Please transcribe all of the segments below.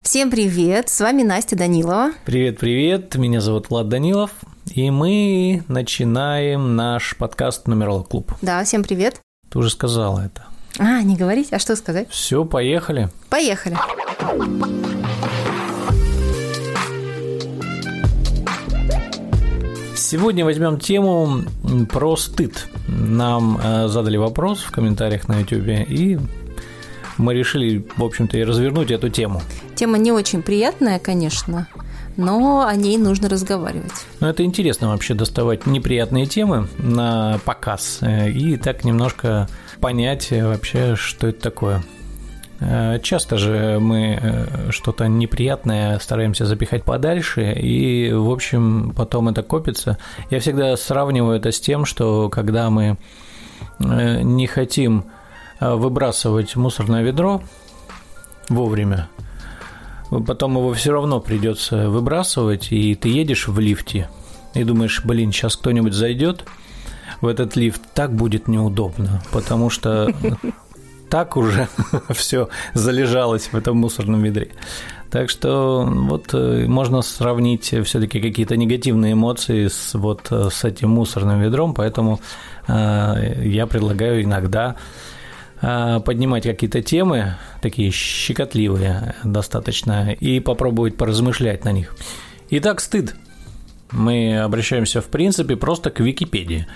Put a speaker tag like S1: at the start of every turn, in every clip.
S1: Всем привет, с вами Настя Данилова.
S2: Привет, меня зовут Влад Данилов, и мы начинаем наш подкаст «Нумеролог Клуб».
S1: Да, всем привет.
S2: Ты уже сказала это.
S1: Не говорить, а что сказать?
S2: Все, поехали.
S1: Поехали.
S2: Сегодня возьмем тему про стыд. Нам задали вопрос в комментариях на YouTube, и мы решили, в общем-то, и развернуть эту тему.
S1: Тема не очень приятная, конечно, но о ней нужно разговаривать.
S2: Это интересно вообще доставать неприятные темы на показ и так немножко понять вообще, что это такое. Часто же мы что-то неприятное стараемся запихать подальше, и, в общем, потом это копится. Я всегда сравниваю это с тем, что когда мы не хотим выбрасывать мусорное ведро вовремя, потом его все равно придется выбрасывать, и ты едешь в лифте и думаешь, сейчас кто-нибудь зайдет в этот лифт, так будет неудобно, потому что так уже все залежалось в этом мусорном ведре. Так что вот можно сравнить все-таки какие-то негативные эмоции с этим мусорным ведром, поэтому я предлагаю иногда поднимать какие-то темы, такие щекотливые достаточно, и попробовать поразмышлять на них. Итак, стыд. Мы обращаемся, в принципе, просто к Википедии.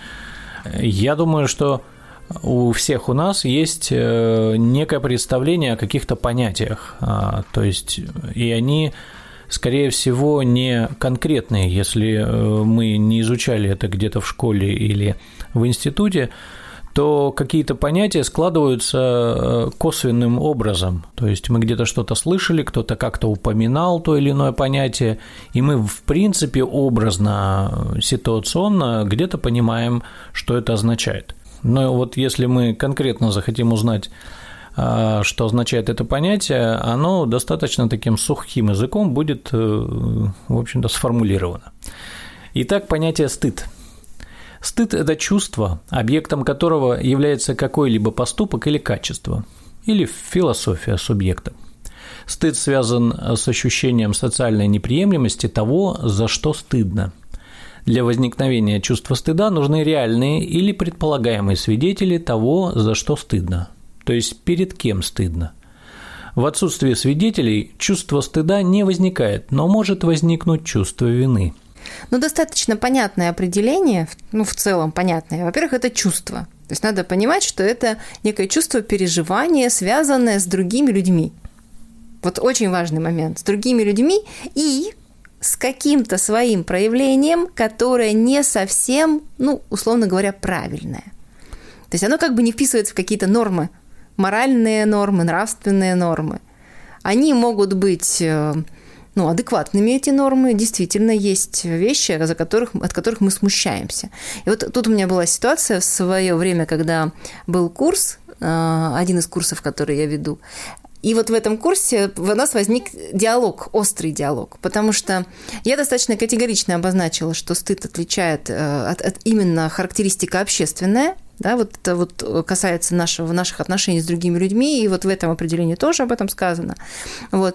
S2: Я думаю, что у всех у нас есть некое представление о каких-то понятиях, то есть и они, скорее всего, не конкретные, если мы не изучали это где-то в школе или в институте, то какие-то понятия складываются косвенным образом. То есть мы где-то что-то слышали, кто-то как-то упоминал то или иное понятие, и мы, в принципе, образно, ситуационно где-то понимаем, что это означает. Но вот если мы конкретно захотим узнать, что означает это понятие, оно достаточно таким сухим языком будет, в общем-то, сформулировано. Итак, понятие «стыд». Стыд – это чувство, объектом которого является какой-либо поступок или качество, или философия субъекта. Стыд связан с ощущением социальной неприемлемости того, за что стыдно. Для возникновения чувства стыда нужны реальные или предполагаемые свидетели того, за что стыдно, то есть перед кем стыдно. В отсутствие свидетелей чувство стыда не возникает, но может возникнуть чувство вины.
S1: Достаточно понятное определение, в целом понятное. Во-первых, это чувство. То есть надо понимать, что это некое чувство переживания, связанное с другими людьми. Вот очень важный момент. С другими людьми и с каким-то своим проявлением, которое не совсем, условно говоря, правильное. То есть оно как бы не вписывается в какие-то нормы, моральные нормы, нравственные нормы. Они могут быть адекватными, эти нормы. Действительно, есть вещи, от которых мы смущаемся. И вот тут у меня была ситуация в свое время, когда был курс, один из курсов, который я веду, и вот в этом курсе у нас возник диалог, острый диалог, потому что я достаточно категорично обозначила, что стыд отличает от именно характеристика общественная, да, вот это вот касается наших отношений с другими людьми, и вот в этом определении тоже об этом сказано. Вот.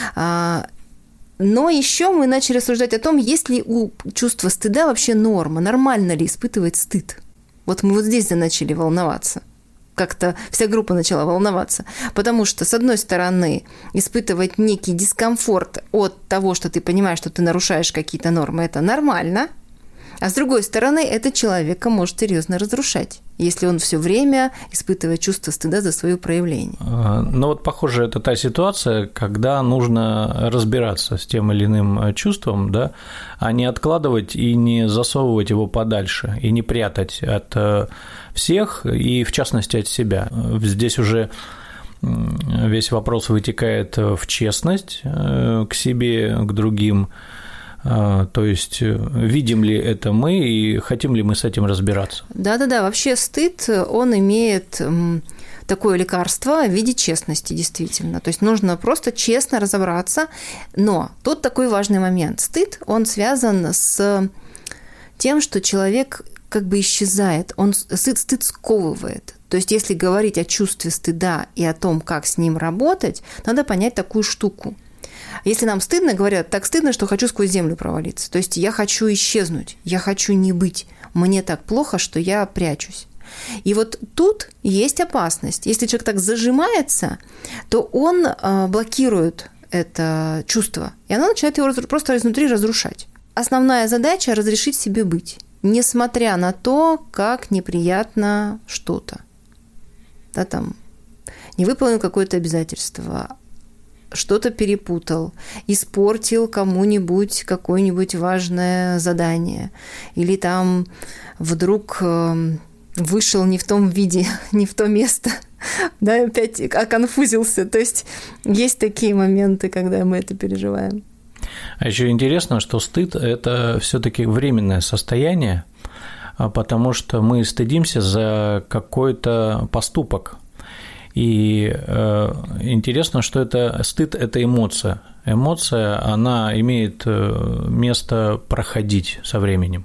S1: Но еще мы начали рассуждать о том, есть ли у чувства стыда вообще норма, нормально ли испытывать стыд. Вот мы вот здесь начали волноваться. Как-то вся группа начала волноваться, потому что, с одной стороны, испытывать некий дискомфорт от того, что ты понимаешь, что ты нарушаешь какие-то нормы, это нормально, а с другой стороны, это человека может серьезно разрушать, если он все время испытывает чувство стыда за свое проявление.
S2: Похоже, это та ситуация, когда нужно разбираться с тем или иным чувством, да, а не откладывать и не засовывать его подальше, и не прятать от всех, и в частности от себя. Здесь уже весь вопрос вытекает в честность к себе, к другим. То есть, видим ли это мы и хотим ли мы с этим разбираться?
S1: Да-да-да, вообще стыд, он имеет такое лекарство в виде честности, действительно. То есть нужно просто честно разобраться. Но тут такой важный момент. Стыд, он связан с тем, что человек как бы исчезает, стыд сковывает. То есть если говорить о чувстве стыда и о том, как с ним работать, надо понять такую штуку. Если нам стыдно, говорят, так стыдно, что хочу сквозь землю провалиться. То есть я хочу исчезнуть, я хочу не быть. Мне так плохо, что я прячусь. И вот тут есть опасность. Если человек так зажимается, то он блокирует это чувство, и оно начинает его просто изнутри разрушать. Основная задача – разрешить себе быть, несмотря на то, как неприятно что-то. Да, там, не выполнил какое-то обязательство, что-то перепутал, испортил кому-нибудь какое-нибудь важное задание, или там вдруг вышел не в том виде, не в то место, да, опять оконфузился. То есть есть такие моменты, когда мы это переживаем.
S2: А еще интересно, что стыд – это все-таки временное состояние, потому что мы стыдимся за какой-то поступок. И интересно, что стыд – это эмоция. Эмоция, она имеет место проходить со временем.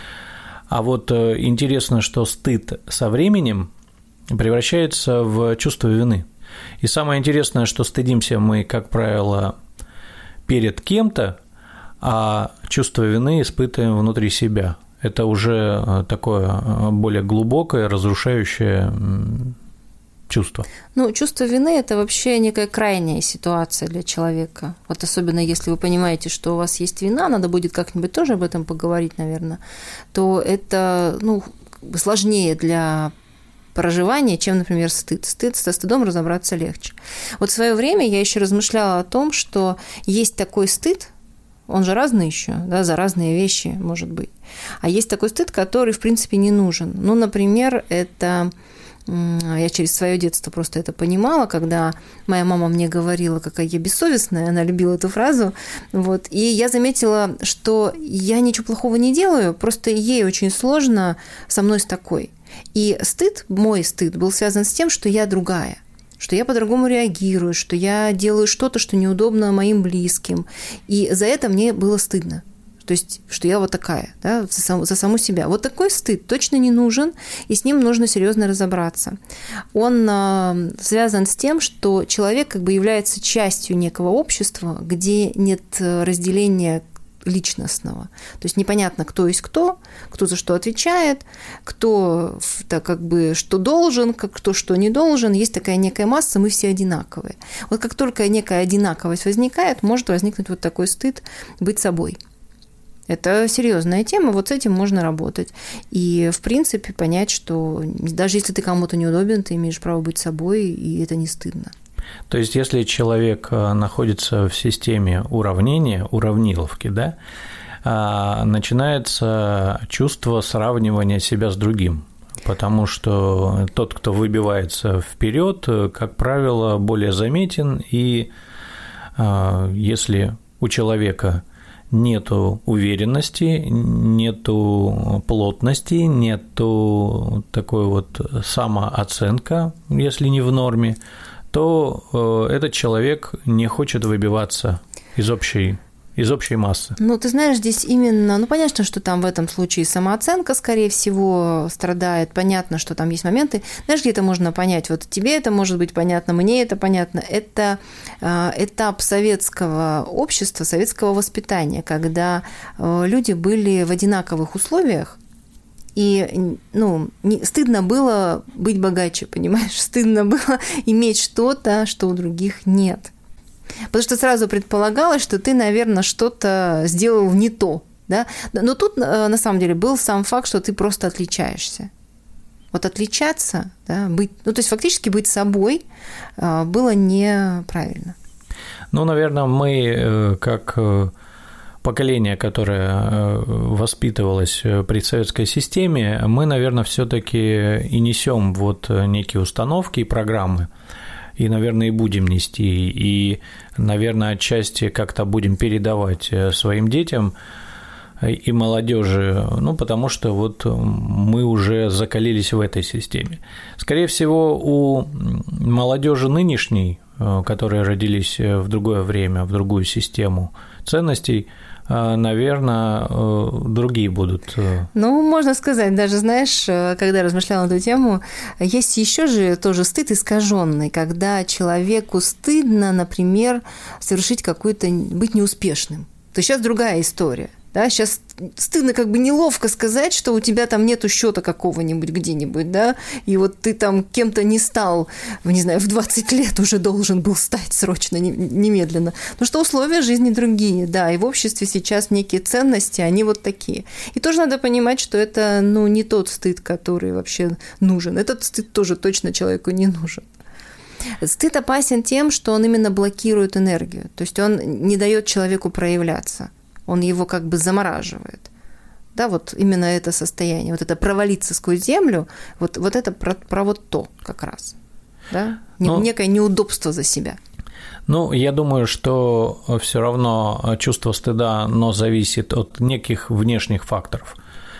S2: А вот интересно, что стыд со временем превращается в чувство вины. И самое интересное, что стыдимся мы, как правило, перед кем-то, а чувство вины испытываем внутри себя. Это уже такое более глубокое, разрушающее чувство.
S1: Ну, чувство вины – это вообще некая крайняя ситуация для человека. Вот особенно если вы понимаете, что у вас есть вина, надо будет как-нибудь тоже об этом поговорить, наверное, то это сложнее для проживания, чем, например, стыд. Со стыдом разобраться легче. Вот в свое время я еще размышляла о том, что есть такой стыд, он же разный еще, да, за разные вещи, может быть. А есть такой стыд, который, в принципе, не нужен. Ну, например, это... Я через свое детство просто это понимала, когда моя мама мне говорила, какая я бессовестная, она любила эту фразу, вот, и я заметила, что я ничего плохого не делаю, просто ей очень сложно со мной с такой. И стыд, мой стыд, был связан с тем, что я другая, что я по-другому реагирую, что я делаю что-то, что неудобно моим близким, и за это мне было стыдно. То есть, что я вот такая, да, за саму себя. Вот такой стыд точно не нужен, и с ним нужно серьезно разобраться. Он связан с тем, что человек как бы является частью некого общества, где нет разделения личностного. То есть непонятно, кто есть кто за что отвечает, кто так, как бы что должен, кто что не должен. Есть такая некая масса, мы все одинаковые. Вот как только некая одинаковость возникает, может возникнуть вот такой стыд быть собой. Это серьезная тема, вот с этим можно работать. И, в принципе, понять, что даже если ты кому-то неудобен, ты имеешь право быть собой, и это не стыдно.
S2: То есть, если человек находится в системе уравнения, уравниловки, да, начинается чувство сравнивания себя с другим, потому что тот, кто выбивается вперед, как правило, более заметен, и если у человека нету уверенности, нету плотности, нету такой вот самооценка, если не в норме, то этот человек не хочет выбиваться из общей массы.
S1: Ну, ты знаешь, здесь именно, понятно, что там в этом случае самооценка, скорее всего, страдает, понятно, что там есть моменты. Знаешь, где это можно понять? Вот тебе это может быть понятно, мне это понятно. Это этап советского общества, советского воспитания, когда люди были в одинаковых условиях, и, стыдно было быть богаче, понимаешь? Стыдно было иметь что-то, что у других нет. Потому что сразу предполагалось, что ты, наверное, что-то сделал не то, да? Но тут, на самом деле, был сам факт, что ты просто отличаешься. Вот отличаться, да, быть, то есть фактически быть собой было неправильно.
S2: Наверное, мы, как поколение, которое воспитывалось при советской системе, мы, наверное, все-таки и несем вот некие установки и программы, и, наверное, и будем нести, и, наверное, отчасти как-то будем передавать своим детям и молодежи, потому что вот мы уже закалились в этой системе. Скорее всего, у молодежи нынешней которые родились в другое время, в другую систему ценностей, наверное, другие будут.
S1: Ну, можно сказать, даже, знаешь, когда я размышляла на эту тему, есть еще же тоже стыд искаженный, когда человеку стыдно, например, совершить быть неуспешным. То есть сейчас другая история. Да, сейчас стыдно, как бы неловко сказать, что у тебя там нету счета какого-нибудь где-нибудь, да, и вот ты там кем-то не стал, не знаю, в 20 лет уже должен был стать срочно, немедленно. Потому что условия жизни другие, да, и в обществе сейчас некие ценности, они вот такие. И тоже надо понимать, что это, не тот стыд, который вообще нужен. Этот стыд тоже точно человеку не нужен. Стыд опасен тем, что он именно блокирует энергию, то есть он не дает человеку проявляться. Он его как бы замораживает. Да, вот именно это состояние, вот это провалиться сквозь землю, вот это про вот то как раз. Да? Некое неудобство за себя.
S2: Я думаю, что все равно чувство стыда, оно зависит от неких внешних факторов,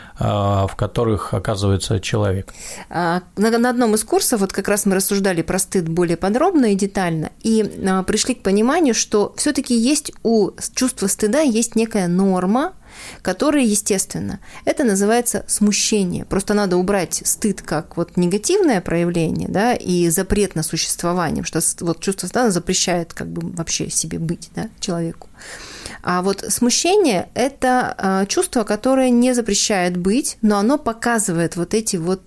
S2: в которых оказывается человек.
S1: На одном из курсов вот как раз мы рассуждали про стыд более подробно и детально, и пришли к пониманию, что все-таки есть у чувства стыда есть некая норма, которая естественна. Это называется смущение. Просто надо убрать стыд как вот негативное проявление, да, и запрет на существование, потому что вот чувство стыда запрещает как бы вообще себе быть, да, человеку. А вот смущение – это чувство, которое не запрещает быть, но оно показывает вот эти вот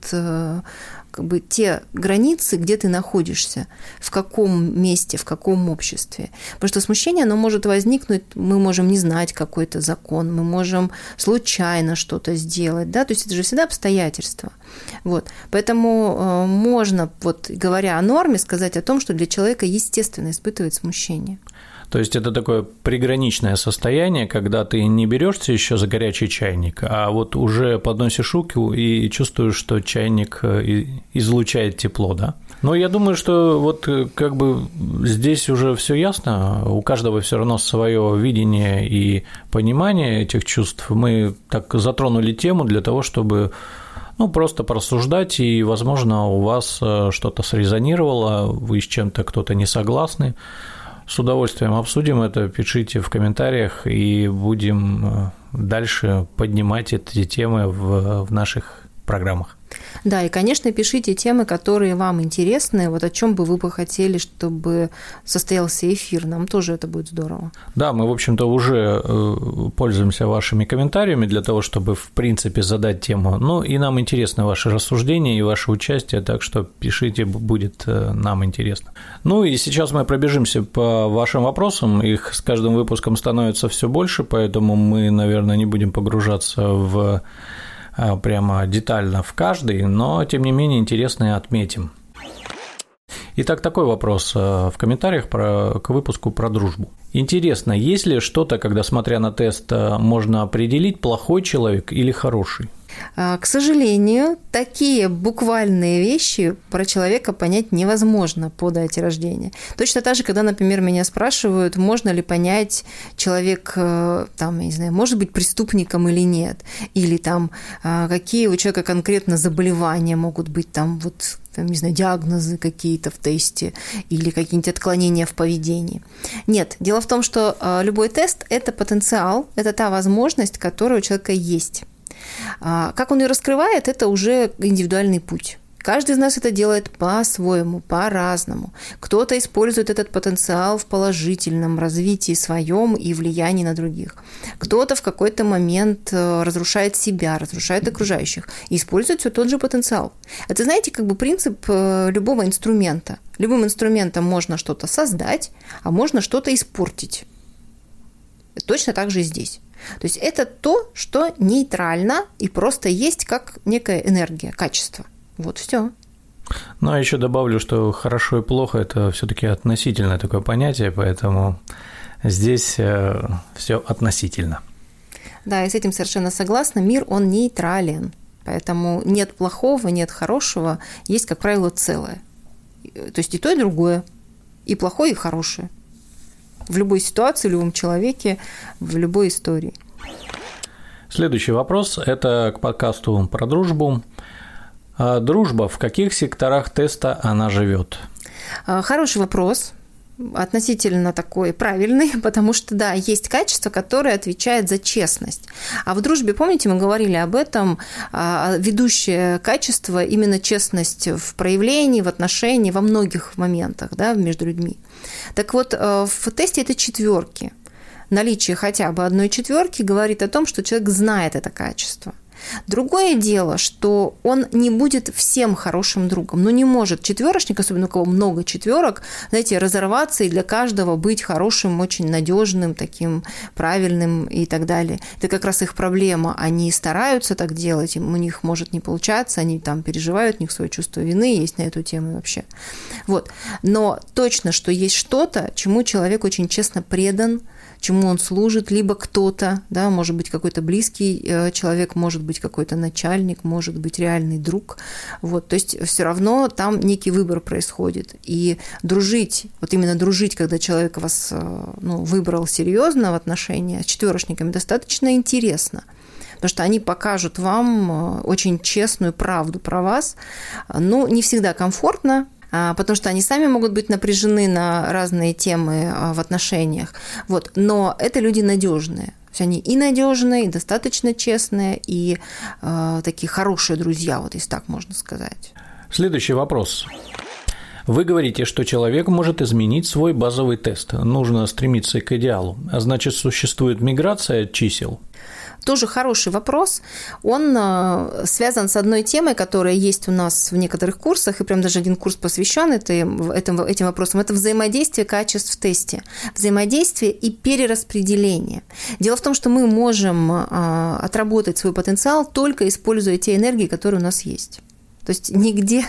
S1: как бы те границы, где ты находишься, в каком месте, в каком обществе. Потому что смущение, оно может возникнуть, мы можем не знать какой-то закон, мы можем случайно что-то сделать, да, то есть это же всегда обстоятельства. Вот. Поэтому можно, вот, говоря о норме, сказать о том, что для человека естественно испытывать смущение.
S2: То есть это такое приграничное состояние, когда ты не берешься еще за горячий чайник, а вот уже подносишь руку и чувствуешь, что чайник излучает тепло, да? Но я думаю, что вот как бы здесь уже все ясно, у каждого все равно свое видение и понимание этих чувств. Мы так затронули тему для того, чтобы просто порассуждать, и, возможно, у вас что-то срезонировало, вы с чем-то кто-то не согласны. С удовольствием обсудим это, пишите в комментариях, и будем дальше поднимать эти темы в наших программах.
S1: Да, и, конечно, пишите темы, которые вам интересны, вот о чем бы вы хотели, чтобы состоялся эфир, нам тоже это будет здорово.
S2: Да, мы, в общем-то, уже пользуемся вашими комментариями для того, чтобы, в принципе, задать тему, и нам интересны ваши рассуждения и ваше участие, так что пишите, будет нам интересно. И сейчас мы пробежимся по вашим вопросам, их с каждым выпуском становится все больше, поэтому мы, наверное, не будем погружаться в прямо детально в каждый, но, тем не менее, интересные отметим. Итак, такой вопрос в комментариях к выпуску про дружбу. Интересно, есть ли что-то, когда, смотря на тест, можно определить, плохой человек или хороший?
S1: К сожалению, такие буквальные вещи про человека понять невозможно по дате рождения. Точно так же, когда, например, меня спрашивают, можно ли понять, человек, там, я не знаю, может быть преступником или нет, или там, какие у человека конкретно заболевания могут быть, там, вот, не знаю, диагнозы какие-то в тесте или какие-нибудь отклонения в поведении. Нет, дело в том, что любой тест – это потенциал, это та возможность, которая у человека есть. Как он ее раскрывает, это уже индивидуальный путь. Каждый из нас это делает по-своему, по-разному. Кто-то использует этот потенциал в положительном развитии своем и влиянии на других. Кто-то в какой-то момент разрушает себя, разрушает окружающих и использует все тот же потенциал. Это, знаете, как бы принцип любого инструмента. Любым инструментом можно что-то создать, а можно что-то испортить. Точно так же и здесь. То есть это то, что нейтрально и просто есть как некая энергия, качество. Вот все.
S2: А еще добавлю, что хорошо и плохо – это все-таки относительное такое понятие, поэтому здесь все относительно.
S1: Да, я с этим совершенно согласна. Мир, он нейтрален. Поэтому нет плохого, нет хорошего, есть, как правило, целое. То есть и то, и другое. И плохое, и хорошее. В любой ситуации, в любом человеке, в любой истории.
S2: Следующий вопрос – это к подкасту про дружбу. Дружба, в каких секторах теста она живет?
S1: Хороший вопрос. относительно такой правильный, потому что, да, есть качество, которое отвечает за честность. А в дружбе, помните, мы говорили об этом, ведущее качество именно честность в проявлении, в отношении, во многих моментах, да, между людьми. Так вот, в тесте это 4. Наличие хотя бы 1 четверки говорит о том, что человек знает это качество. Другое дело, что он не будет всем хорошим другом. Не может четверочник, особенно у кого много четверок, знаете, разорваться и для каждого быть хорошим, очень надежным, таким правильным и так далее. Это как раз их проблема. Они стараются так делать, у них может не получаться, они там переживают, у них свое чувство вины есть на эту тему вообще. Вот. Но точно, что есть что-то, чему человек очень честно предан, чему он служит, либо кто-то, да, может быть, какой-то близкий человек, может быть, какой-то начальник, может быть, реальный друг. Вот, то есть все равно там некий выбор происходит. И дружить, вот именно дружить, когда человек вас выбрал серьезно в отношения с четверочниками, достаточно интересно. Потому что они покажут вам очень честную правду про вас. Не всегда комфортно, потому что они сами могут быть напряжены на разные темы в отношениях. Вот. Но это люди надежные. То есть они и надежные, и достаточно честные, и такие хорошие друзья, вот если так можно сказать.
S2: Следующий вопрос. Вы говорите, что человек может изменить свой базовый тест. Нужно стремиться к идеалу. А значит, существует миграция чисел?
S1: Тоже хороший вопрос. Он связан с одной темой, которая есть у нас в некоторых курсах, и прям даже один курс посвящен этим вопросам. Это взаимодействие качеств в тесте. Взаимодействие и перераспределение. Дело в том, что мы можем отработать свой потенциал, только используя те энергии, которые у нас есть. То есть нигде,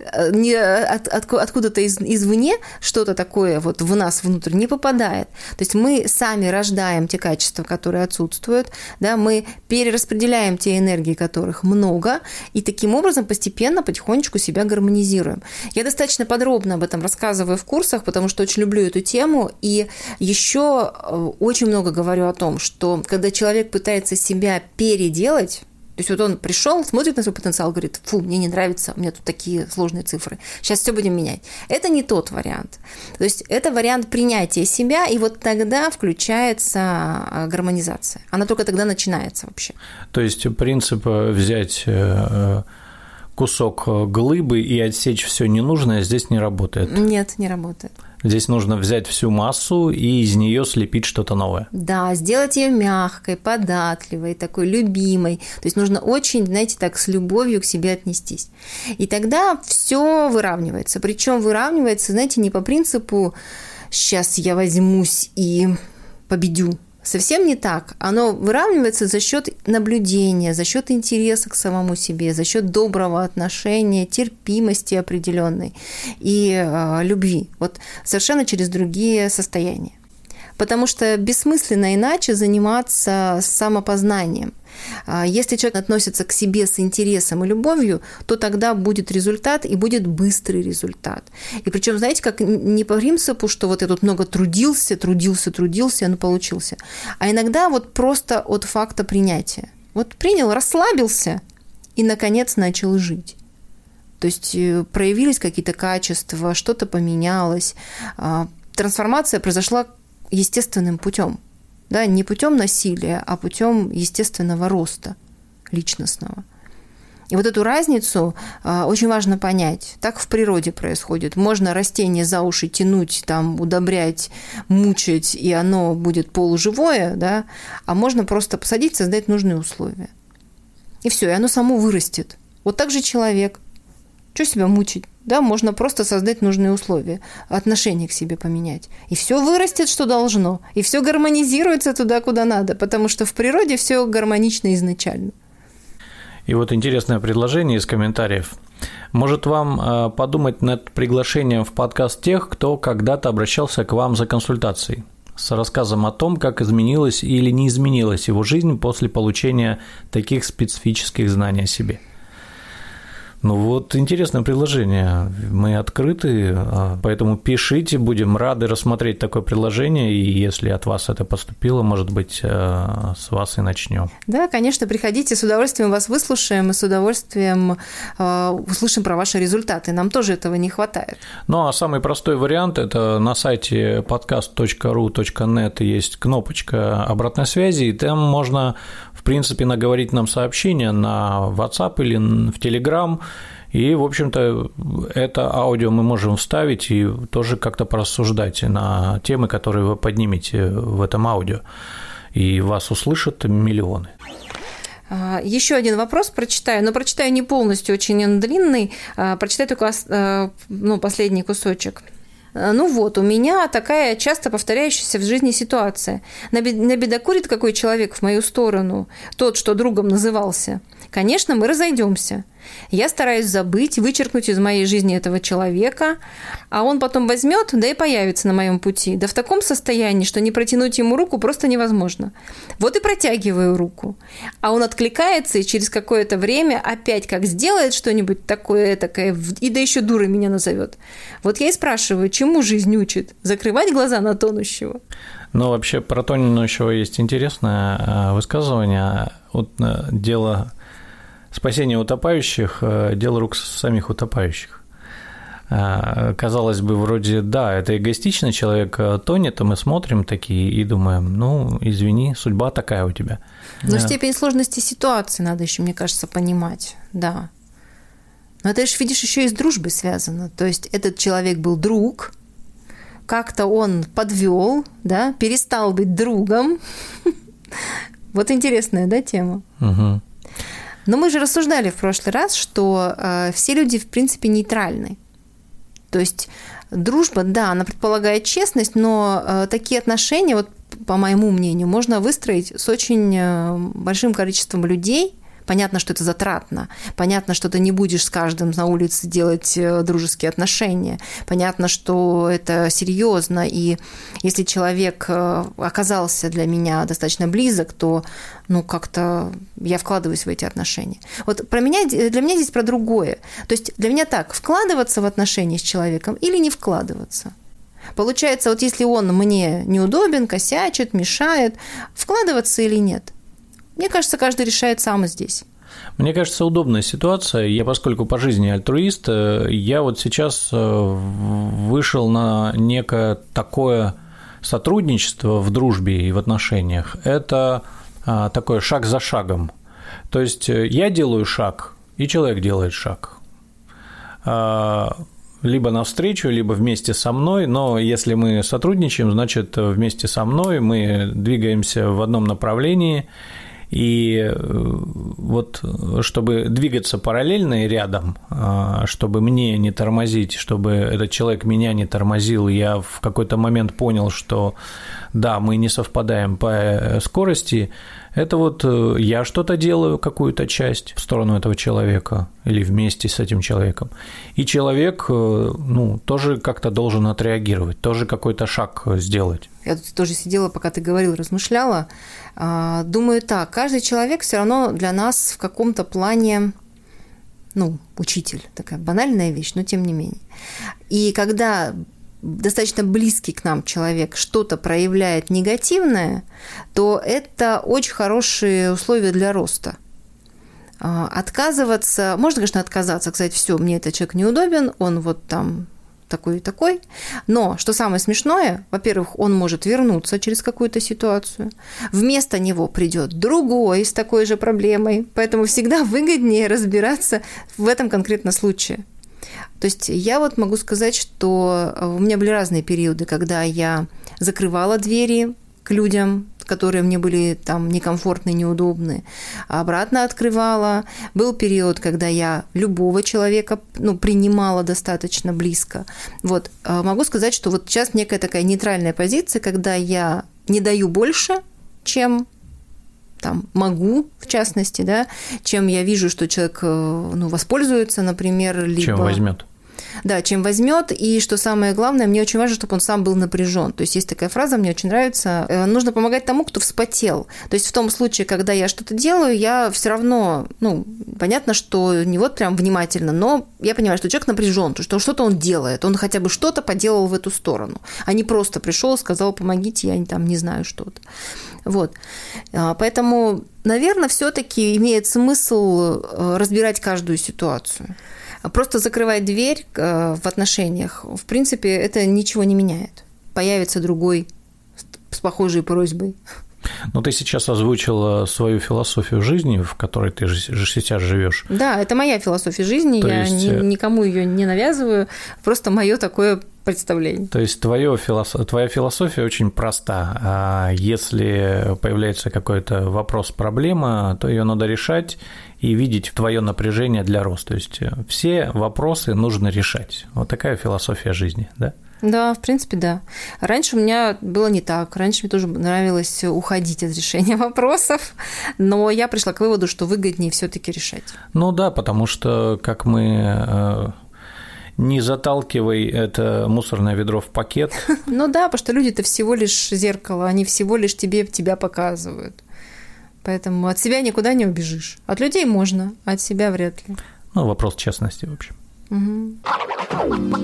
S1: откуда-то извне что-то такое вот в нас внутрь не попадает. То есть мы сами рождаем те качества, которые отсутствуют, да, мы перераспределяем те энергии, которых много, и таким образом постепенно, потихонечку себя гармонизируем. Я достаточно подробно об этом рассказываю в курсах, потому что очень люблю эту тему, и еще очень много говорю о том, что когда человек пытается себя переделать, то есть вот он пришел, смотрит на свой потенциал, говорит: фу, мне не нравится, у меня тут такие сложные цифры, сейчас все будем менять. Это не тот вариант. То есть это вариант принятия себя, и вот тогда включается гармонизация. Она только тогда начинается вообще.
S2: То есть принцип взять кусок глыбы и отсечь все ненужное здесь не работает?
S1: Нет, не работает.
S2: Здесь нужно взять всю массу и из нее слепить что-то новое.
S1: Да, сделать ее мягкой, податливой, такой любимой. То есть нужно очень, знаете, так с любовью к себе отнестись. И тогда все выравнивается. Причем выравнивается, знаете, не по принципу «сейчас я возьмусь и победю». Совсем не так. Оно выравнивается за счет наблюдения, за счет интереса к самому себе, за счет доброго отношения, терпимости определенной и любви. Вот совершенно через другие состояния. Потому что бессмысленно иначе заниматься самопознанием. Если человек относится к себе с интересом и любовью, то тогда будет результат, и будет быстрый результат. И причем, знаете, как не по принципу, что вот я тут много трудился, и оно получился, а иногда вот просто от факта принятия. Вот принял, расслабился и, наконец, начал жить. То есть проявились какие-то качества, что-то поменялось, трансформация произошла естественным путем. Да, не путем насилия, а путем естественного роста личностного. И вот эту разницу очень важно понять. Так в природе происходит. Можно растение за уши тянуть, там, удобрять, мучить, и оно будет полуживое, да, а можно просто посадить, создать нужные условия. И все, и оно само вырастет. Вот так же человек. Что себя мучить? Да, можно просто создать нужные условия, отношение к себе поменять. И все вырастет, что должно. И все гармонизируется туда, куда надо, потому что в природе все гармонично изначально.
S2: И вот интересное предложение из комментариев. Может, вам подумать над приглашением в подкаст тех, кто когда-то обращался к вам за консультацией, с рассказом о том, как изменилась или не изменилась его жизнь после получения таких специфических знаний о себе? Ну вот интересное предложение. Мы открыты, поэтому пишите, будем рады рассмотреть такое предложение, и если от вас это поступило, может быть, с вас и начнем.
S1: Да, конечно, приходите, с удовольствием вас выслушаем и с удовольствием услышим про ваши результаты. Нам тоже этого не хватает.
S2: Ну а самый простой вариант – это на сайте podcast.ru.net есть кнопочка обратной связи, и там можно, в принципе, наговорить нам сообщения на WhatsApp или в Telegram, и, в общем-то, это аудио мы можем вставить и тоже как-то порассуждать на темы, которые вы поднимете в этом аудио, и вас услышат миллионы.
S1: Еще один вопрос прочитаю, но прочитаю не полностью, очень он длинный, прочитаю только последний кусочек. Ну вот, у меня такая часто повторяющаяся в жизни ситуация. Набедокурит какой человек в мою сторону, тот, что другом назывался. Конечно, мы разойдемся. Я стараюсь забыть, вычеркнуть из моей жизни этого человека, а он потом возьмет, да и появится на моем пути. Да в таком состоянии, что не протянуть ему руку просто невозможно. Вот и протягиваю руку. А он откликается и через какое-то время опять как сделает что-нибудь такое этакое, и да еще дурой меня назовет. Вот я и спрашиваю, чему жизнь учит? Закрывать глаза на тонущего?
S2: Ну, вообще, про тонущего есть интересное высказывание. Вот дело спасения утопающих – дело рук самих утопающих. Казалось бы, вроде, да, это эгоистично, человек тонет, а мы смотрим такие и думаем, ну, извини, судьба такая у тебя.
S1: Но степень сложности ситуации надо еще, мне кажется, понимать, да. Но это же, видишь, еще и с дружбой связано. То есть этот человек был друг, как-то он подвел, да, перестал быть другом. Вот интересная, да, тема?
S2: Угу.
S1: Но мы же рассуждали в прошлый раз, что все люди, в принципе, нейтральны. То есть дружба, да, она предполагает честность, но такие отношения, вот по моему мнению, можно выстроить с очень большим количеством людей. Понятно, что это затратно. Понятно, что ты не будешь с каждым на улице делать дружеские отношения. Понятно, что это серьезно. И если человек оказался для меня достаточно близок, то как-то я вкладываюсь в эти отношения. Вот для меня здесь про другое. То есть для меня так, вкладываться в отношения с человеком или не вкладываться. Получается, вот если он мне неудобен, косячит, мешает, вкладываться или нет? Мне кажется, каждый решает сам здесь.
S2: Мне кажется, удобная ситуация. Я, поскольку по жизни альтруист, я вот сейчас вышел на некое такое сотрудничество в дружбе и в отношениях. Это такой шаг за шагом. То есть я делаю шаг, и человек делает шаг. Либо навстречу, либо вместе со мной, но если мы сотрудничаем, значит, вместе со мной мы двигаемся в одном направлении. И вот чтобы двигаться параллельно и рядом, чтобы мне не тормозить, чтобы этот человек меня не тормозил, я в какой-то момент понял, что да, мы не совпадаем по скорости, это вот я что-то делаю, какую-то часть в сторону этого человека или вместе с этим человеком, и человек, тоже как-то должен отреагировать, тоже какой-то шаг сделать.
S1: Я тут тоже сидела, пока ты говорил, размышляла. Думаю так, каждый человек все равно для нас в каком-то плане, учитель, такая банальная вещь, но тем не менее. И когда достаточно близкий к нам человек что-то проявляет негативное, то это очень хорошие условия для роста. Отказываться, можно, конечно, отказаться, сказать, все, мне этот человек неудобен, он вот там такой и такой. Но, что самое смешное, во-первых, он может вернуться через какую-то ситуацию. Вместо него придет другой с такой же проблемой. Поэтому всегда выгоднее разбираться в этом конкретном случае. То есть я вот могу сказать, что у меня были разные периоды, когда я закрывала двери к людям, которые мне были там некомфортны, неудобны, а обратно открывала. Был период, когда я любого человека принимала достаточно близко. Вот. Могу сказать, что вот сейчас некая такая нейтральная позиция, когда я не даю больше, чем могу, в частности, да, чем я вижу, что человек воспользуется, например, либо...
S2: Чем возьмет.
S1: Да, чем возьмет, и что самое главное, мне очень важно, чтобы он сам был напряжен. То есть есть такая фраза, мне очень нравится, нужно помогать тому, кто вспотел. То есть в том случае, когда я что-то делаю, я все равно, понятно, что не вот прям внимательно, но я понимаю, что человек напряжен, что что-то он делает, он хотя бы что-то поделал в эту сторону, а не просто пришел, сказал, помогите, я там не знаю что-то. Вот. Поэтому, наверное, все-таки имеет смысл разбирать каждую ситуацию. Просто закрывать дверь в отношениях, в принципе, это ничего не меняет. Появится другой с похожей просьбой.
S2: Но ты сейчас озвучила свою философию жизни, в которой ты сейчас живешь.
S1: Да, это моя философия жизни, я никому ее не навязываю, просто мое такое представление.
S2: То есть твоя философия очень проста. Если появляется какой-то вопрос, проблема, то ее надо решать и видеть твое напряжение для роста. То есть все вопросы нужно решать. Вот такая философия жизни, да?
S1: Да, в принципе, да. Раньше у меня было не так. Раньше мне тоже нравилось уходить от решения вопросов, но я пришла к выводу, что выгоднее все-таки решать.
S2: Ну да, потому что как мы не заталкивай это мусорное ведро в пакет.
S1: Ну да, потому что люди-то всего лишь зеркало, они всего лишь тебя показывают. Поэтому от себя никуда не убежишь. От людей можно, а от себя вряд ли.
S2: Ну, вопрос честности, в общем. Угу.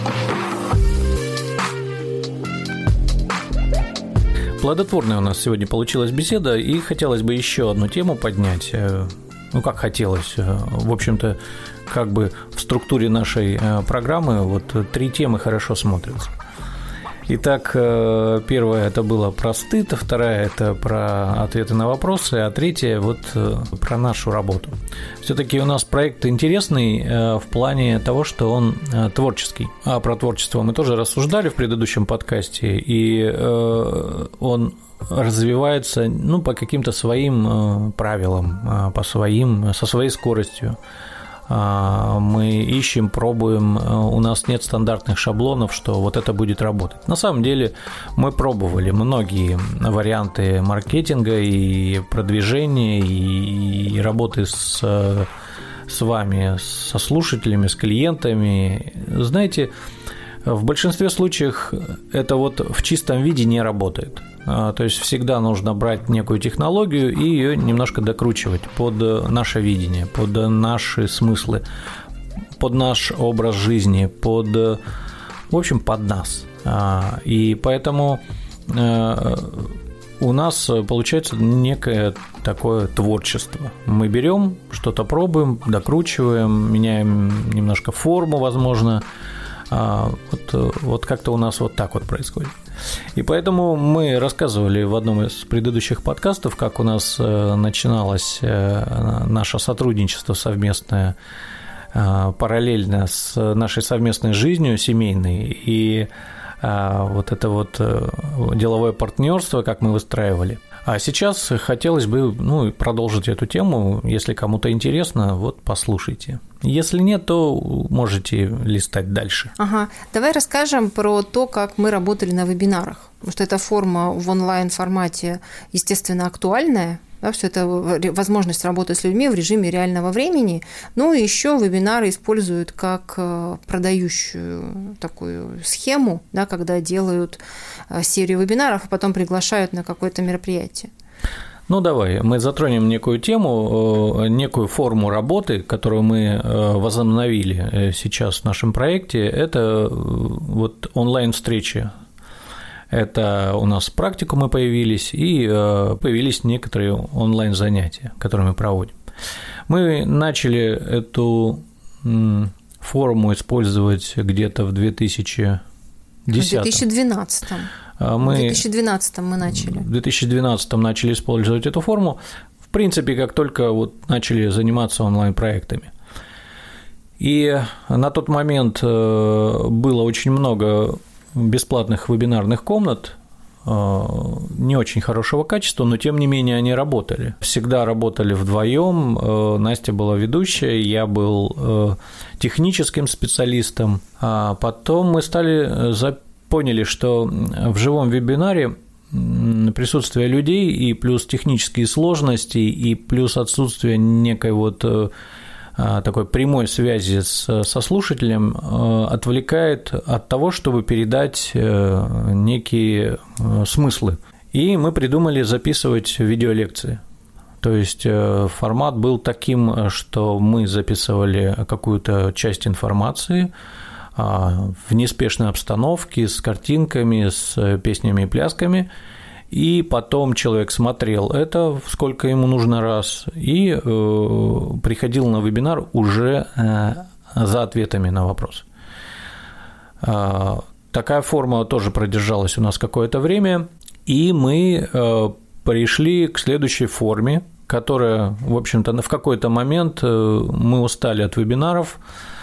S2: Плодотворная у нас сегодня получилась беседа, и хотелось бы еще одну тему поднять. Ну, как хотелось. В общем-то, как бы в структуре нашей программы вот 3 темы хорошо смотрятся. Итак, первая – это было про стыд, вторая – это про ответы на вопросы, а третья – вот про нашу работу. Все-таки у нас проект интересный в плане того, что он творческий. А про творчество мы тоже рассуждали в предыдущем подкасте, и он развивается по каким-то своим правилам, со своей скоростью. Мы ищем, пробуем, у нас нет стандартных шаблонов, что вот это будет работать. На самом деле мы пробовали многие варианты маркетинга и продвижения, и работы с вами, со слушателями, с клиентами. Знаете, в большинстве случаев это вот в чистом виде не работает. То есть всегда нужно брать некую технологию и ее немножко докручивать под наше видение, под наши смыслы, под наш образ жизни, в общем, под нас. И поэтому у нас получается некое такое творчество. Мы берем, что-то пробуем, докручиваем, меняем немножко форму, возможно. Вот как-то у нас вот так вот происходит. И поэтому мы рассказывали в одном из предыдущих подкастов, как у нас начиналось наше сотрудничество совместное параллельно с нашей совместной жизнью семейной, и вот это вот деловое партнерство, как мы выстраивали. А сейчас хотелось бы продолжить эту тему. Если кому-то интересно, вот послушайте. Если нет, то можете листать дальше.
S1: Ага. Давай расскажем про то, как мы работали на вебинарах. Потому что эта форма в онлайн-формате, естественно, актуальная. Да, что это возможность работы с людьми в режиме реального времени. Ну и еще вебинары используют как продающую такую схему, да, когда делают серию вебинаров, а потом приглашают на какое-то мероприятие.
S2: Ну, давай, мы затронем некую тему, некую форму работы, которую мы возобновили сейчас в нашем проекте. Это вот онлайн-встречи. Это у нас практикумы появились, и появились некоторые онлайн-занятия, которые мы проводим. Мы начали эту форму использовать где-то в 2010. В
S1: 2012. В 2012 мы начали.
S2: В 2012 начали использовать эту форму, в принципе, как только вот начали заниматься онлайн-проектами. И на тот момент было очень много бесплатных вебинарных комнат, не очень хорошего качества, но тем не менее они работали. Всегда работали вдвоем. Настя была ведущая, я был техническим специалистом. А потом мы поняли, что в живом вебинаре присутствие людей и плюс технические сложности, и плюс отсутствие некой вот такой прямой связи со слушателем отвлекает от того, чтобы передать некие смыслы. И мы придумали записывать видеолекции. То есть формат был таким, что мы записывали какую-то часть информации в неспешной обстановке, с картинками, с песнями и плясками, и потом человек смотрел это, сколько ему нужно раз, и приходил на вебинар уже за ответами на вопрос. Такая форма тоже продержалась у нас какое-то время, и мы пришли к следующей форме, которая, в общем-то, в какой-то момент мы устали от вебинаров,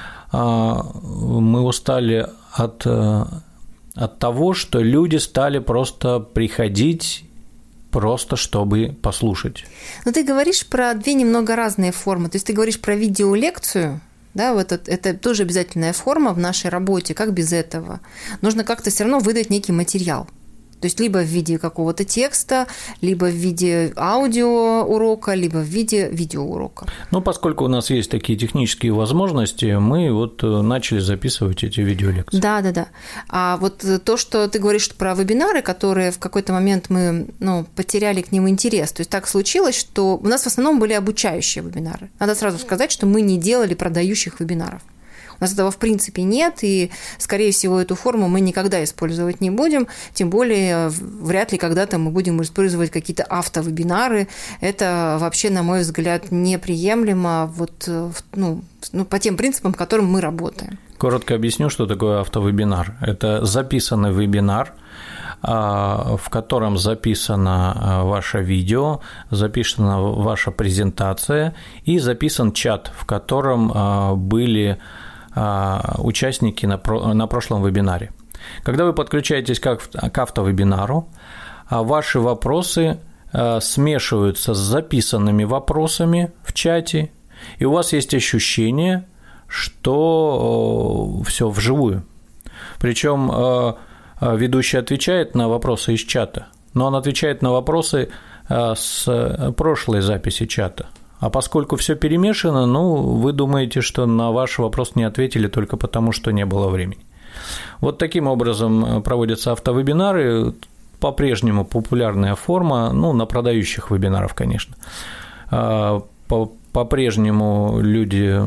S2: мы устали от того, что люди стали просто приходить просто чтобы послушать.
S1: Но ты говоришь про две немного разные формы. То есть ты говоришь про видеолекцию, да, вот это тоже обязательная форма в нашей работе, как без этого. Нужно как-то все равно выдать некий материал. То есть либо в виде какого-то текста, либо в виде аудиоурока, либо в виде видеоурока.
S2: Ну, поскольку у нас есть такие технические возможности, мы вот начали записывать эти видеолекции.
S1: Да. А вот то, что ты говоришь про вебинары, которые в какой-то момент мы потеряли к ним интерес. То есть так случилось, что у нас в основном были обучающие вебинары. Надо сразу сказать, что мы не делали продающих вебинаров. У нас этого в принципе нет, и, скорее всего, эту форму мы никогда использовать не будем, тем более вряд ли когда-то мы будем использовать какие-то автовебинары. Это вообще, на мой взгляд, неприемлемо по тем принципам, по которым мы работаем.
S2: Коротко объясню, что такое автовебинар. Это записанный вебинар, в котором записано ваше видео, записана ваша презентация и записан чат, в котором были участники на прошлом вебинаре. Когда вы подключаетесь к автовебинару, ваши вопросы смешиваются с записанными вопросами в чате, и у вас есть ощущение, что все вживую. Причем ведущий отвечает на вопросы из чата, но он отвечает на вопросы с прошлой записи чата. А поскольку все перемешано, вы думаете, что на ваш вопрос не ответили только потому, что не было времени. Вот таким образом проводятся автовебинары, по-прежнему популярная форма, на продающих вебинарах, конечно. По-прежнему люди,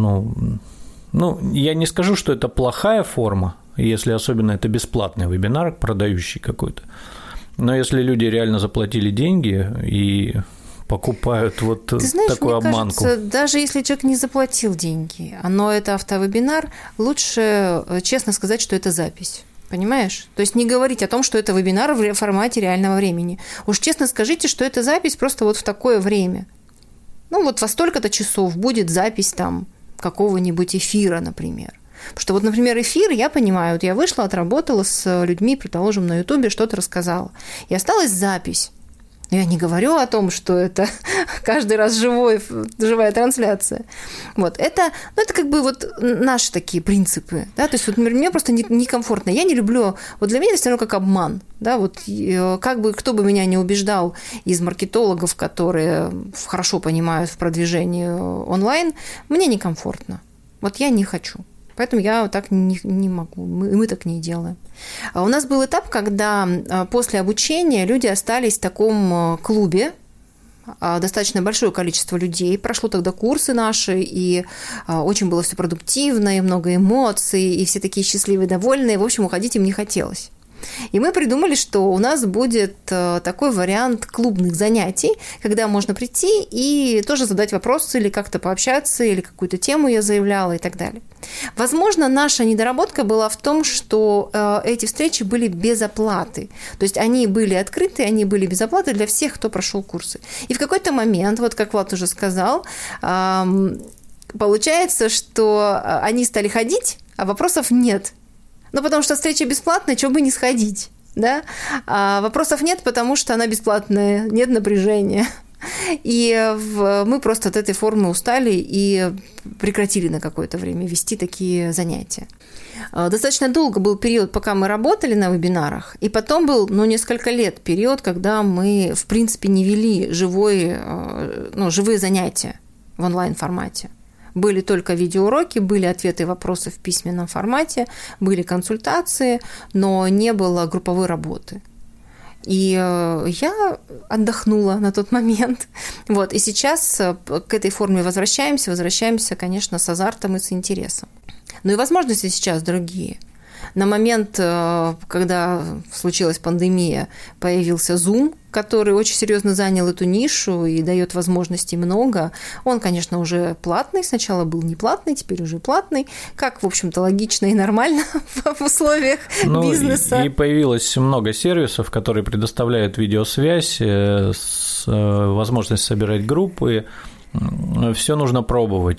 S2: я не скажу, что это плохая форма, если особенно это бесплатный вебинар, продающий какой-то. Но если люди реально заплатили деньги и покупают такую обманку.
S1: Мне кажется, даже если человек не заплатил деньги, это автовебинар, лучше честно сказать, что это запись. Понимаешь? То есть не говорить о том, что это вебинар в формате реального времени. Уж честно скажите, что это запись просто в такое время. Во столько-то часов будет запись какого-нибудь эфира, например. Потому что например, эфир, я понимаю, я вышла, отработала с людьми, предположим, на Ютубе, что-то рассказала. И осталась запись. Я не говорю о том, что это каждый раз живая трансляция. Это как бы наши такие принципы. Да? То есть, например, мне просто некомфортно. Я не люблю... Для меня это все равно как обман. Да? Как бы кто бы меня не убеждал из маркетологов, которые хорошо понимают в продвижении онлайн, мне некомфортно. Я не хочу. Поэтому я так не могу, мы так не делаем. У нас был этап, когда после обучения люди остались в таком клубе, достаточно большое количество людей. Прошло тогда курсы наши, и очень было все продуктивно, и много эмоций, и все такие счастливые, довольные. В общем, уходить им не хотелось. И мы придумали, что у нас будет такой вариант клубных занятий, когда можно прийти и тоже задать вопросы или как-то пообщаться, или какую-то тему я заявляла и так далее. Возможно, наша недоработка была в том, что эти встречи были без оплаты. То есть они были открыты, они были без оплаты для всех, кто прошел курсы. И в какой-то момент, как Влад уже сказал, получается, что они стали ходить, а вопросов нет. Потому что встреча бесплатная, чего бы не сходить, да? А вопросов нет, потому что она бесплатная, нет напряжения. И мы просто от этой формы устали и прекратили на какое-то время вести такие занятия. Достаточно долго был период, пока мы работали на вебинарах, и потом был, несколько лет период, когда мы, в принципе, не вели живые занятия в онлайн-формате. Были только видеоуроки, были ответы и вопросы в письменном формате, были консультации, но не было групповой работы. И я отдохнула на тот момент. Вот. И сейчас к этой форме возвращаемся, конечно, с азартом и с интересом. Но и возможности сейчас другие. На момент, когда случилась пандемия, появился Zoom, который очень серьезно занял эту нишу и дает возможностей много. Он, конечно, уже платный. Сначала был не платный, теперь уже платный. Как, в общем-то, логично и нормально в условиях бизнеса.
S2: И появилось много сервисов, которые предоставляют видеосвязь, возможность собирать группы. Все нужно пробовать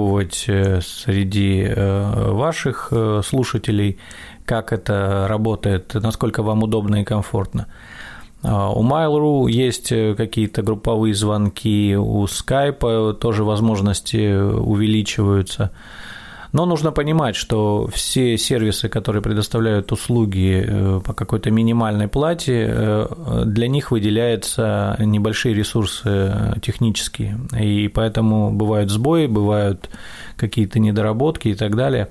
S2: среди ваших слушателей, как это работает, насколько вам удобно и комфортно. У Mail.ru есть какие-то групповые звонки, у Skype тоже возможности увеличиваются. Но нужно понимать, что все сервисы, которые предоставляют услуги по какой-то минимальной плате, для них выделяются небольшие ресурсы технические, и поэтому бывают сбои, бывают какие-то недоработки и так далее.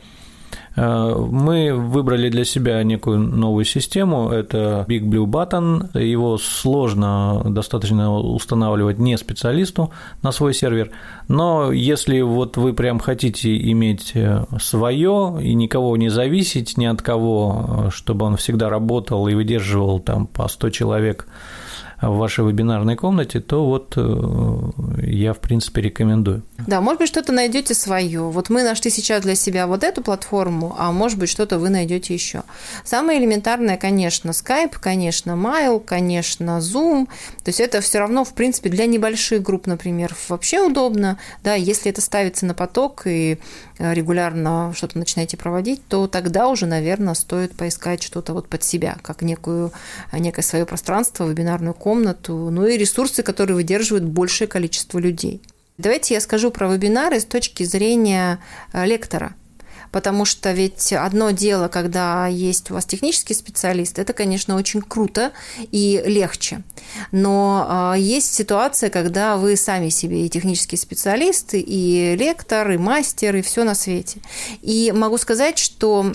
S2: Мы выбрали для себя некую новую систему, это Big Blue Button, его сложно достаточно устанавливать не специалисту на свой сервер, но если вот вы прям хотите иметь свое и никого не зависеть ни от кого, чтобы он всегда работал и выдерживал там по 100 человек в вашей вебинарной комнате, то вот я, в принципе, рекомендую.
S1: Да, может быть, что-то найдете свое. Вот мы нашли сейчас для себя вот эту платформу, а может быть, что-то вы найдете еще. Самое элементарное, конечно, Skype, конечно, Mail, конечно, Zoom. То есть это все равно, в принципе, для небольших групп, например, вообще удобно. Да, если это ставится на поток и регулярно что-то начинаете проводить, то тогда уже, наверное, стоит поискать что-то вот под себя, как некое свое пространство, вебинарную комнату, ну и ресурсы, которые выдерживают большее количество людей. Давайте я скажу про вебинары с точки зрения лектора. Потому что ведь одно дело, когда есть у вас технический специалист, это, конечно, очень круто и легче. Но есть ситуация, когда вы сами себе и технический специалист, и лектор, и мастер, и все на свете. И могу сказать, что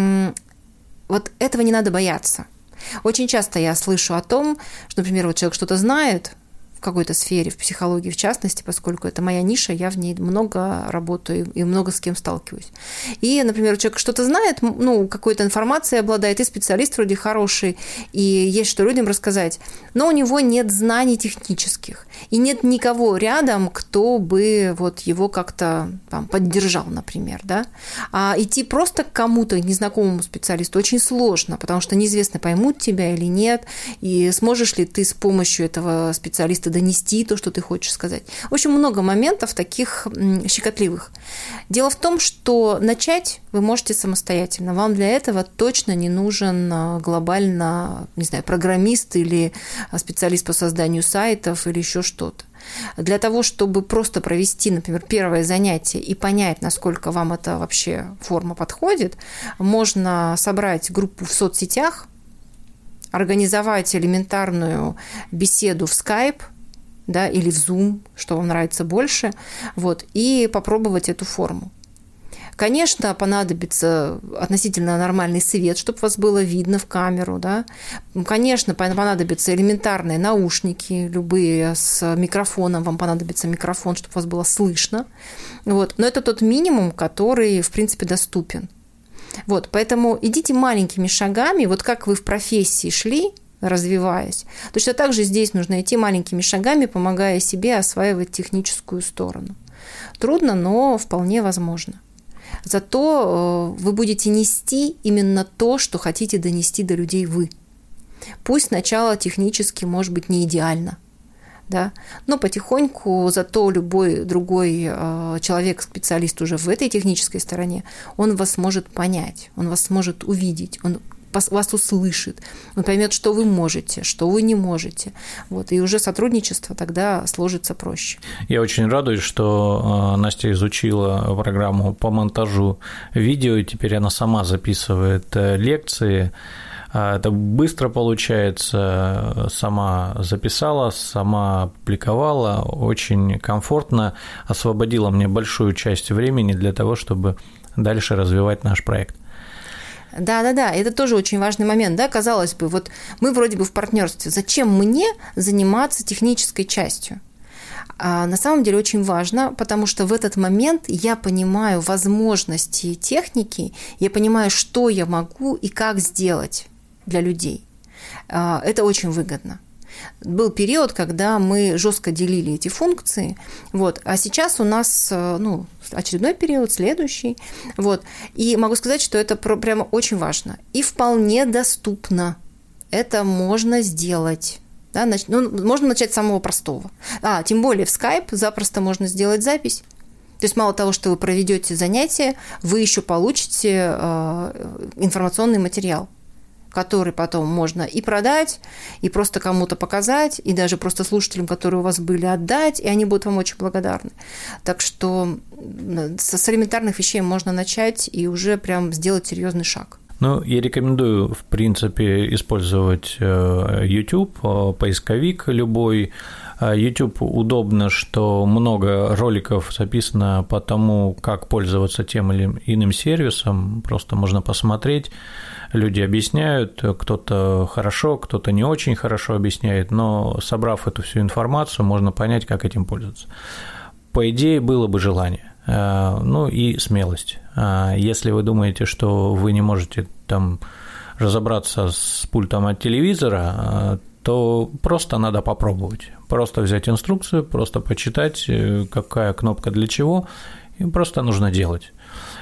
S1: вот этого не надо бояться. Очень часто я слышу о том, что, например, вот человек что-то знает в какой-то сфере, в психологии в частности, поскольку это моя ниша, я в ней много работаю и много с кем сталкиваюсь. И, например, человек что-то знает, ну, какой-то информацией обладает, и специалист вроде хороший, и есть что людям рассказать, но у него нет знаний технических, и нет никого рядом, кто бы вот его как-то там поддержал, например, да. А идти просто к кому-то, незнакомому специалисту, очень сложно, потому что неизвестно, поймут тебя или нет, и сможешь ли ты с помощью этого специалиста донести то, что ты хочешь сказать. В общем, много моментов таких щекотливых. Дело в том, что начать вы можете самостоятельно. Вам для этого точно не нужен глобально, не знаю, программист или специалист по созданию сайтов или еще что-то. Для того, чтобы просто провести, например, первое занятие и понять, насколько вам эта вообще форма подходит, можно собрать группу в соцсетях, организовать элементарную беседу в Skype, да, или в Zoom, что вам нравится больше, вот, и попробовать эту форму. Конечно, понадобится относительно нормальный свет, чтобы вас было видно в камеру, да. Конечно, понадобятся элементарные наушники, любые с микрофоном, вам понадобится микрофон, чтобы вас было слышно. Вот. Но это тот минимум, который, в принципе, доступен. Вот, поэтому идите маленькими шагами, вот как вы в профессии шли, развиваясь. Точно так же здесь нужно идти маленькими шагами, помогая себе осваивать техническую сторону. Трудно, но вполне возможно. Зато вы будете нести именно то, что хотите донести до людей вы. Пусть сначала технически, может быть, не идеально, да, но потихоньку зато любой другой человек, специалист уже в этой технической стороне, он вас сможет понять, он вас сможет увидеть, он вас услышит, он поймет, что вы можете, что вы не можете. Вот, и уже сотрудничество тогда сложится проще.
S2: Я очень радуюсь, что Настя изучила программу по монтажу видео, и теперь она сама записывает лекции. Это быстро получается, сама записала, сама опубликовала, очень комфортно, освободила мне большую часть времени для того, чтобы дальше развивать наш проект.
S1: Да, это тоже очень важный момент, да, казалось бы, вот мы вроде бы в партнерстве, зачем мне заниматься технической частью? А на самом деле очень важно, потому что в этот момент я понимаю возможности техники, я понимаю, что я могу и как сделать для людей. Это очень выгодно. Был период, когда мы жестко делили эти функции, вот, а сейчас у нас очередной период, следующий. Вот, и могу сказать, что это прямо очень важно и вполне доступно. Это можно сделать. Да, можно начать с самого простого. Тем более в Skype запросто можно сделать запись. То есть мало того, что вы проведете занятие, вы еще получите информационный материал, который потом можно и продать, и просто кому-то показать, и даже просто слушателям, которые у вас были, отдать, и они будут вам очень благодарны. Так что с элементарных вещей можно начать и уже прям сделать серьезный шаг.
S2: Я рекомендую, в принципе, использовать YouTube, поисковик любой. YouTube удобно, что много роликов записано по тому, как пользоваться тем или иным сервисом, просто можно посмотреть. Люди объясняют, кто-то хорошо, кто-то не очень хорошо объясняет, но собрав эту всю информацию, можно понять, как этим пользоваться. По идее, было бы желание. И смелость. Если вы думаете, что вы не можете там разобраться с пультом от телевизора, то просто надо попробовать. Просто взять инструкцию, просто почитать, какая кнопка для чего, и просто нужно делать.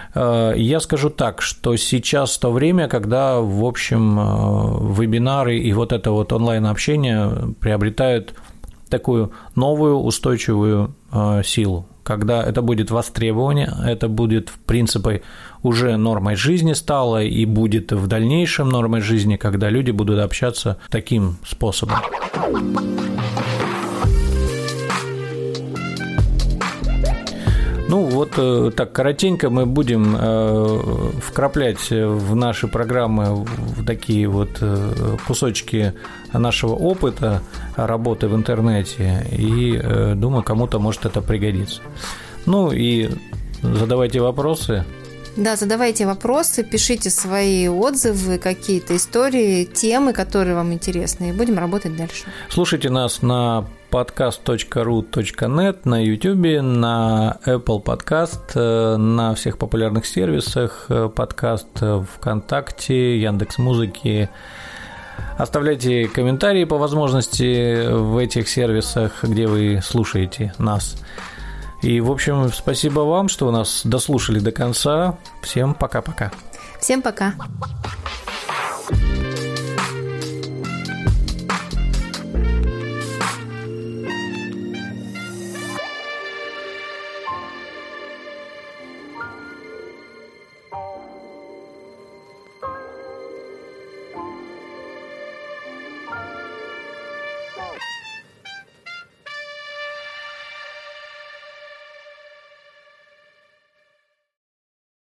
S2: Я скажу так, что сейчас то время, когда, в общем, вебинары и вот это вот онлайн-общение приобретают такую новую устойчивую силу, когда это будет востребование, это будет, в принципе, уже нормой жизни стало и будет в дальнейшем нормой жизни, когда люди будут общаться таким способом. Так коротенько мы будем вкраплять в наши программы такие вот кусочки нашего опыта работы в интернете, и думаю, кому-то может это пригодиться. И задавайте вопросы.
S1: Да, задавайте вопросы, пишите свои отзывы, какие-то истории, темы, которые вам интересны, и будем работать дальше.
S2: Слушайте нас на podcast.ru.net, на YouTube, на Apple Podcast, на всех популярных сервисах подкаст, ВКонтакте, Яндекс.Музыке. Оставляйте комментарии по возможности в этих сервисах, где вы слушаете нас. И, в общем, спасибо вам, что вы нас дослушали до конца. Всем пока-пока.
S1: Всем пока.